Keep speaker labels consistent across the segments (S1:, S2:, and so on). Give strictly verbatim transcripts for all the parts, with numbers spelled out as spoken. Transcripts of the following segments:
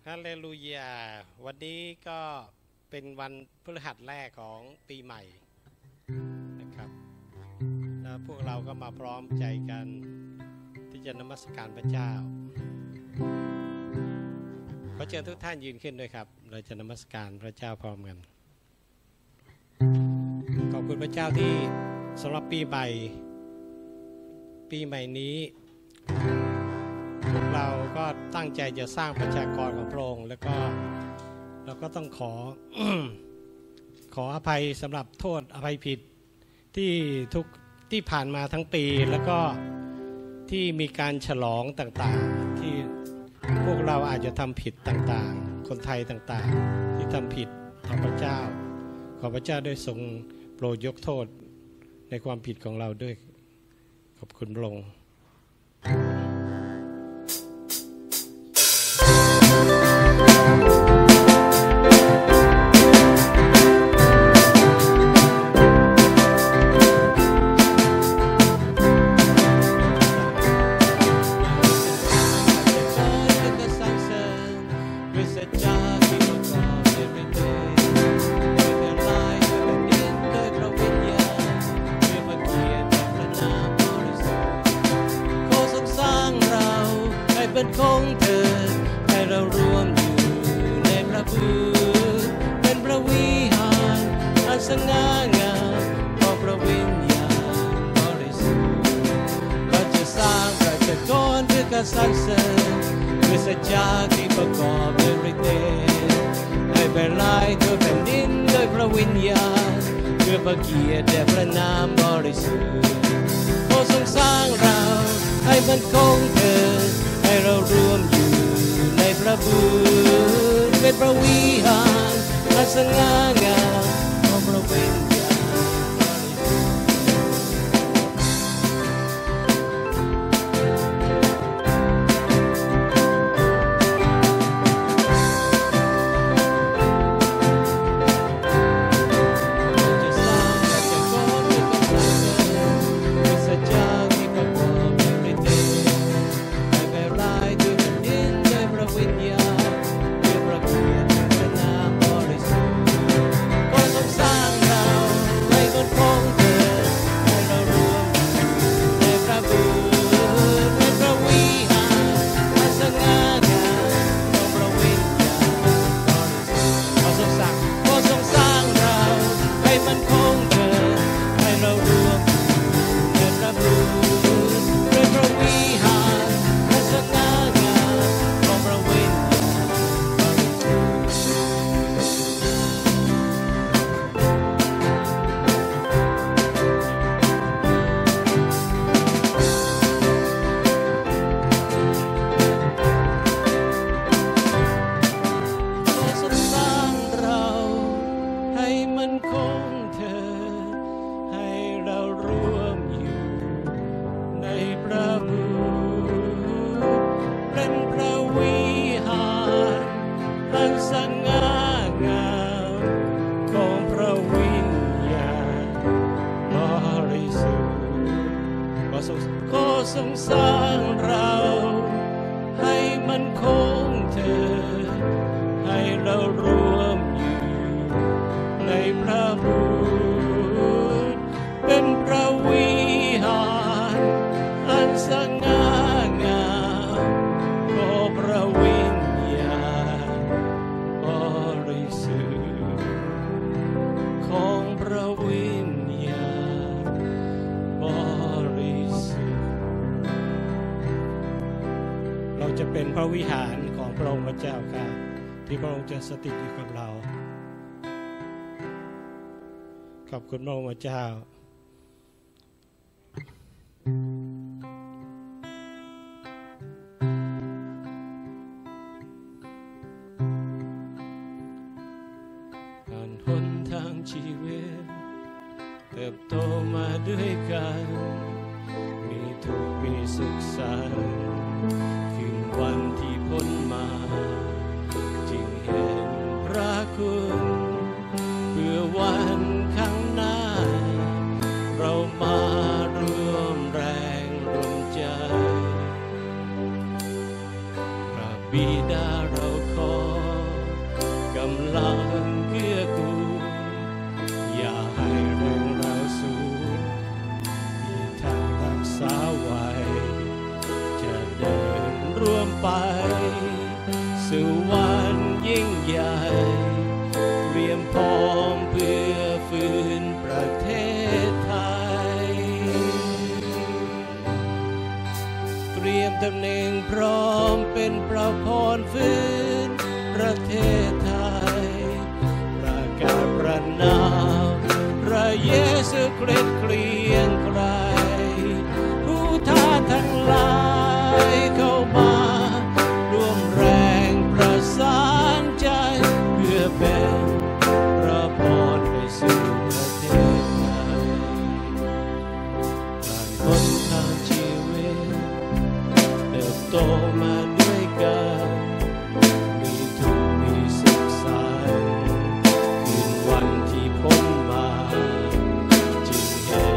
S1: ฮาเลลูยาวันนี้ก็เป็นวันพฤหัสแรกของปีใหม่นะครับแล้วพวกเราก็มาพร้อมใจกันที่จะนมัสการพระเจ้าขอเชิญทุกท่านยืนขึ้นด้วยครับเราจะนมัสการพระเจ้าพร้อมกันขอบคุณพระเจ้าที่สำหรับปีใหม่ปีใหม่นี้พวกเราก็ตั้งใจจะสร้างประชากรของพระองค์แล้วก็เราก็ต้องขอ ขออภัยสำหรับโทษอภัยผิดที่ทุกที่ผ่านมาทั้งปีแล้วก็ที่มีการฉลองต่างๆที่พวกเราอาจจะทำผิดต่างๆคนไทยต่างๆที่ทำผิดต่อพระเจ้าขอพระเจ้าได้ทรงโปรดยกโทษในความผิดของเราด้วยขอบคุณพระองค์คงเธอให้เรารวมอยู่ในพระบุตรเป็นพระวิหารอันสง่างามของพระวิญญาณบริสุทธิ์ก็จะสร้างประชากรเพื่อการสรรเสริญด้วยสัจจะที่ประกอบด้วยฤทธิ์ให้แผ่ลายทั่วแผ่นดินด้วยพระวิญญาณเพื่อพระเกียรติแด่พระนามบริสุทธิ์โอ้ทรงสร้างเราให้มันคงเธอให้เรารวมอยู่ในพระบุตรเป็นพระวิหารอันสง่างามของพระวิญญาณทรงสร้างเราให้มันคงเธอให้เรารวมอยู่ในพระบุตรเป็นพระวิหารอันสง่างามของพระวิญญาณบริสุทธิ์ของพระวิญญาณบริสุทธิ์เราจะเป็นพระวิหารของพระองค์พระเจ้าค่ะที่พระองค์จะสถิตอยู่กับเราขอบคุณพระองค์พระเจ้าผ่านหนทางชีวิตเติบโตมาด้วยกันมีทุกข์มีสุขสันต์คืนวันที่พ้นมาจึงเห็นพระคุณเพื่อวันข้างหน้าเรามาร่วมแรงร่วมใจพระบิดาเราขอำลังเกื้อกูลอย่าให้แรงเราสูญมีทางรักษาไว้จะเดินร่วมไปสู่วันยิ่งใหญ่เตรียมพร้อมเพื่อฟื้นประเทศไทยเตรียมตำแหน่งพร้อมเป็นประพรฟื้นประเทศไทยประกาศประนามพระเยซูคริสต์เกรียงไกรผู้ท้าทั้งหลายเข้ามาร่วมแรงประสานใจเพื่อเป็นประพรไปสู่ประเทศไทยผ่านพ้นทางชีวิตเติบโตมาด้วยกันมีทุกข์มีสุขสันต์คืนวันที่พ้นมาจึงเห็น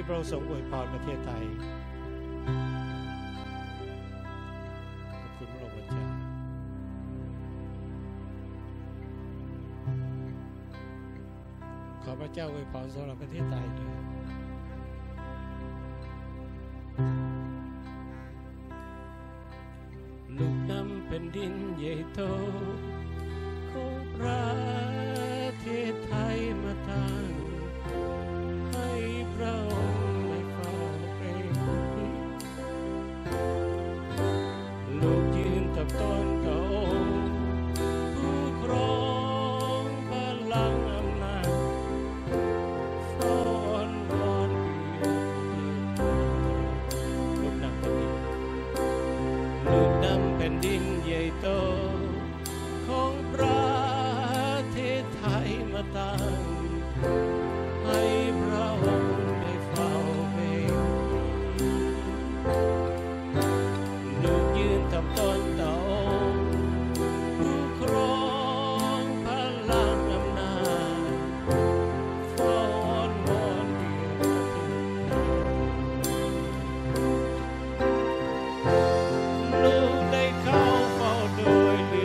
S1: พระองค์ทรงอวยพรประเทศไทยขอบคุณพระองค์พระเจ้าขอพระเจ้าอวยพรสำหรับประเทศไทยด้วยลูกนำแผ่นดินใหญ่โตของประเทศไทยมาตั้งให้พระองค์ได้เฝ้าเป็นลูกยืนตับต้นต่อองค์ผู้ครองพลังอำนาจฟ้อนวอนเพื่อลูกนำแผ่นดินลูกนำแผ่นดินใหญ่โตของประเทศไทยมาตั้งให้พระองค์ได้เฝ้าเป็นลูกยืนทำต้นต่อองค์ผู้ครองพลังอำนาจฟ้อนวอนเดียวลูกได้เข้าเฝ้าโดยเ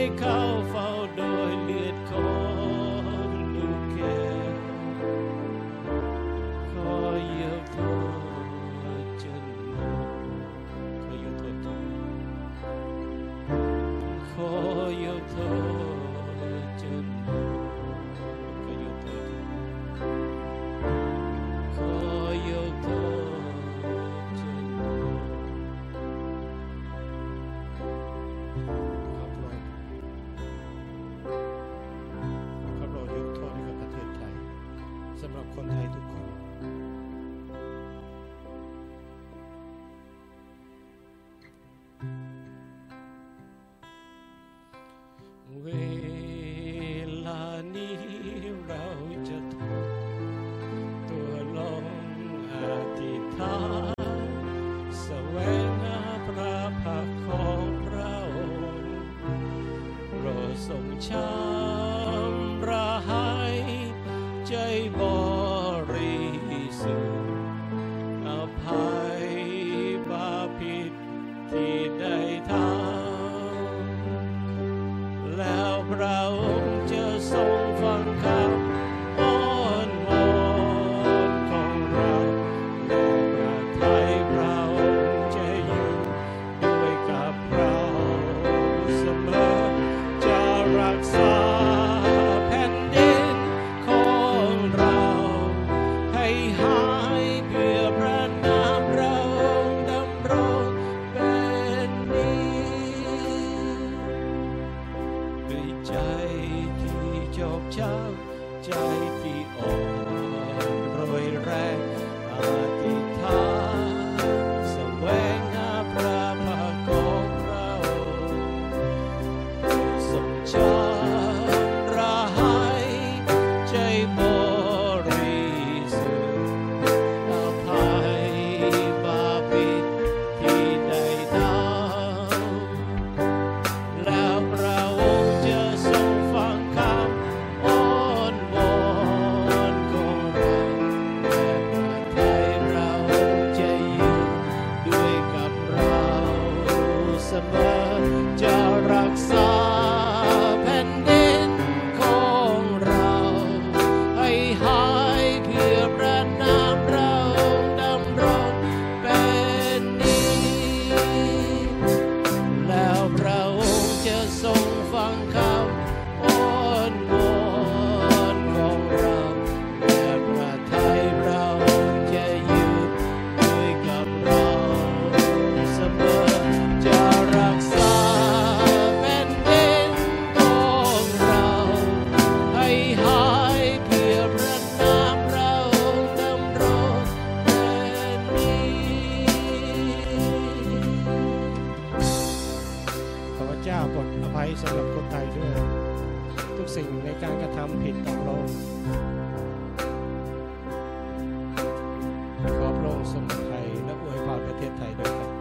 S1: เข้าเฝ้าโดยเลือดของลูกแก้วขอยกโทษจนหมดขอยกโทษจนขอยกโทษจนหมดขอยกโทษจนขอยกโทษจนหมดขอโปรดขอโปรดยกโทษให้กับประเทศไทยสำหรับคนไทยทุกคนเวลานี้เราจะทนตัวลงอธิษฐานแสวงหาพระพักตร์ของพระองค์โปรดทรงชำระให้ใจบริสุทธิ์อภัยบาปผิดที่ได้ทำแล้วพระองค์จะทรงฟังคำอ้อนวอนของเราและประทัยพระองค์จะอยู่ด้วยกับเราเสมอจะรักษาแผ่นดินของเราให้หายเพื่อพระนามพระองค์ดำรงเป็นนิจด้วยใจที่ชอบช้ำใจที่อ่อนโรยแรงอธิษฐานแสวงหาพระพักตร์ของพระองค์ทรงชำระให้ใจบริสุทธิ์อภัยบาปผิดที่ได้ทำแล้วพระองค์จะทรงฟังคำอ้อนวอนของเราและประทัยพระองค์จะอยู่ด้วยกับเราเสมอจะรักษาแผ่นดินของเราให้หายเพื่อพระนามพระองค์ดำรงเป็นนิจแล้วพระองค์จะทรงฟังคำอ้อนวอนของเราและประทัยพระองค์จะอยู่ด้วยกับเราเสมอจะรักษาแผ่นดินของเราให้หายเพื่อพระนามพระองค์ดำรงเป็นนิจขอพระเจ้าโปรดอภัยสำหรับคนไทยด้วยทุกสิ่งในการกระทำผิดต่อพระองค์ขอพระองค์ทรงอภัยและอวยพรประเทศไทยด้วยครับ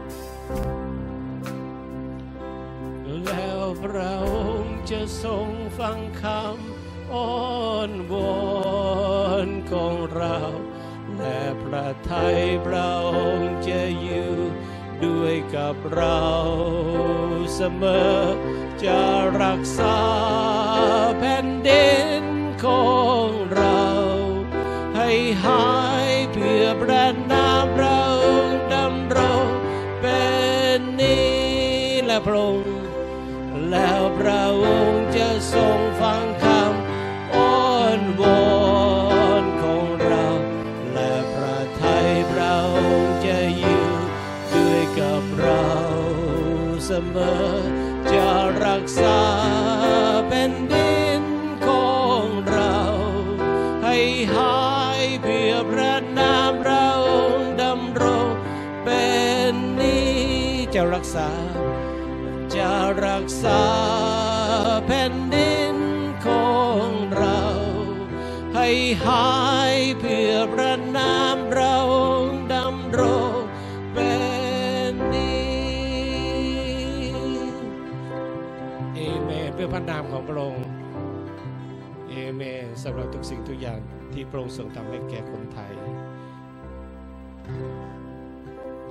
S1: แล้วพระองค์จะทรงฟังคำอ้อนวอนของเราและพระทัยพระองค์จะอยู่ด้วยกับเราเสมอจะรักษาแผ่นดินของเราให้หายเพื่อพระนามพระองค์ดำรงเป็นนิจและพระองค์แล้วพระองค์จะทรงฟังคำอ้อนวอนของเราและพระทัยพระองค์จะอยู่ด้วยกับเราเสมอจะรักษาแผ่นดินของเราให้หายเพื่อพระนามพระองค์ดำรงเป็นนิจจะรักษาจะรักษาแผ่นดินของเราให้หายเพื่อพระนามพระองค์ดำรงเป็นนิจเอเมนเพื่อพระนามของพระองค์เอเมนสำหรับทุกสิ่งทุกอย่างที่พระองค์ทรงทำให้แก่คนไทย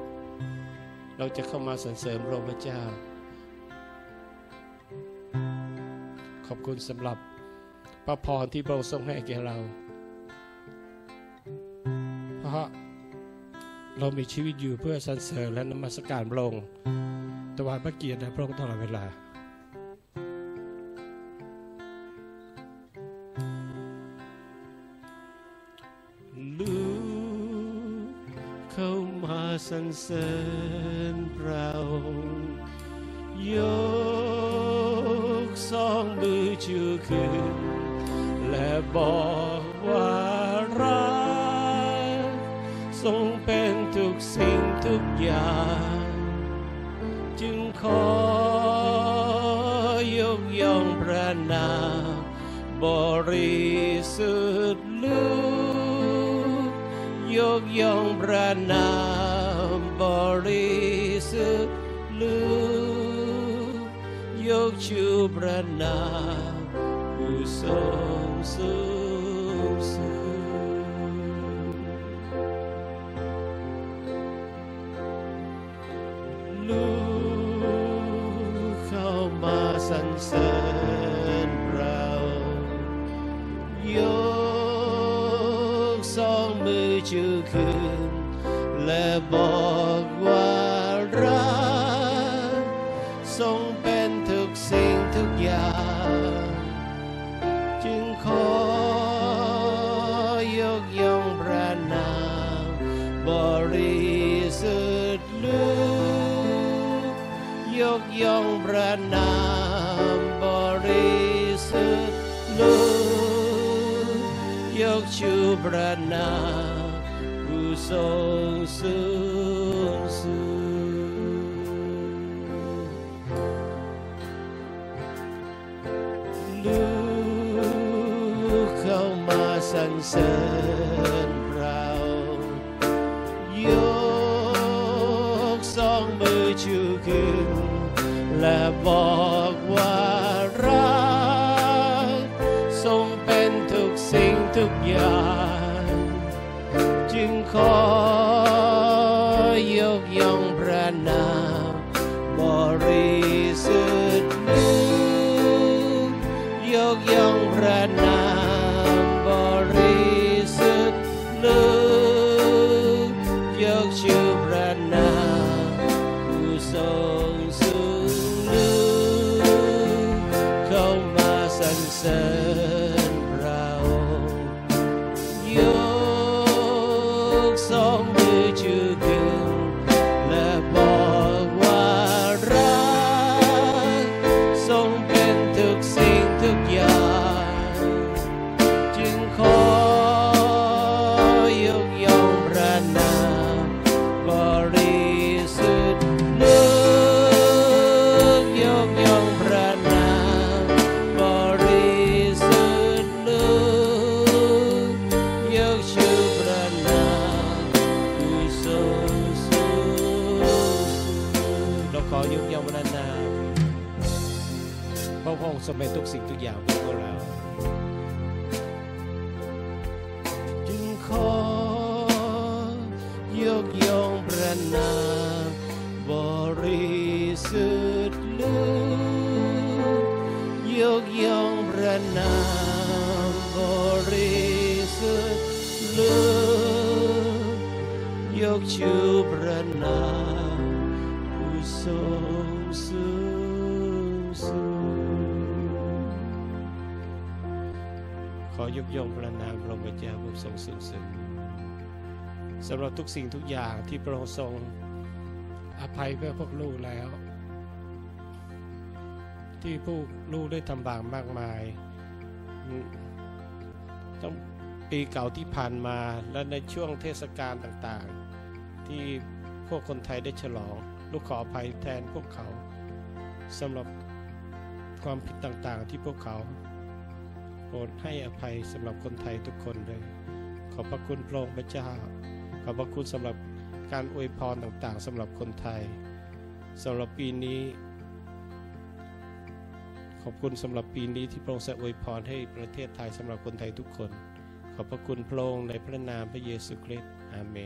S1: เราจะเข้ามาสรรเสริญพระองค์พระเจ้า
S2: ขอบคุณสำหรับพระพรที่พระองค์ทรงให้แก่เราเพราะเรามีชีวิตอยู่เพื่อสรรเสริญและนมัสการพระองค์ถวายพระเกียรติแด่พระองค์ตลอดเวลาลูกเข้ามาสรรเสริญเรายกสองมือชูขึ้นและบอกว่ารักทรงเป็นทุกสิ่งทุกอย่างจึงขอยกย่องพระนามบริสุทธิ์ลูกยกย่องพระนามบริสุทธิ์ลูกยกชูพระนามผู้ทรงสูงสุดลูกเข้ามาสรรเสริญเรายกสองมือชูขึ้นและบอกว่ารักทรงเป็นทุกสิ่งทุกอย่างจึงขอยกย่องพระนามบริสุทธิ์ลูกยกย่องพระนามบริสุทธิ์ลูกยกชูพระนามผู้ทรงสูงสุดลูกเข้ามาสรรเสริญเรายกสองมือชูขึ้นและบอกว่ารักทรงเป็นทุกสิ่งทุกอย่างจึงขอยกย่องพระนามบริสุทธิ์ลูกยกย่องพระนามบริสุทธิ์ลูกยกชูพระนามผู้ทรงสูงลูกเข้ามาสรรเสริญเรายกสองมือชูขึ้นและบอกว่ารักทรงเป็นทุกสิ่งทุกอย่างจึงขอยกย่องพระนามบริสุทธิ์ลูกยกย่องพระนามบริสุทธิ์ลูกยกชูพระนามผู้ทรงสูงเราขอยกย่องพระนามพระองค์ทรงเป็นทุกสิ่งทุกอย่างของพวกเราจึงขอยกย่องพระนามบริสุทธิ์ลูกยกย่องพระนามบริสุทธิ์ลูกยกชูพระนามผู้ทรงสูงสุดขอยกย่องพระนามพระเจ้าผู้ทรงสูงสุดสำหรับทุกสิ่งทุกอย่างที่พระองค์ทรงอภัยเพื่อพวกลูกแล้ว ที่พวกลูกได้ทำบาปมากมายต้องปีเก่าที่ผ่านมาและในช่วงเทศกาลต่างๆที่พวกคนไทยได้ฉลองลูกขออภัยแทนพวกเขาสำหรับความผิดต่างๆที่พวกเขาโปรดให้อภัยสำหรับคนไทยทุกคนเลยขอบพระคุณพระองค์พระเจ้าขอบพระคุณสำหรับการอวยพรต่างๆสำหรับคนไทยสำหรับปีนี้ขอบคุณสำหรับปีนี้ที่พระองค์จะอวยพรให้ประเทศไทยสำหรับคนไทยทุกคนขอบพระคุณพระองค์ในพระนามพระเยซูคริสต์อาเมน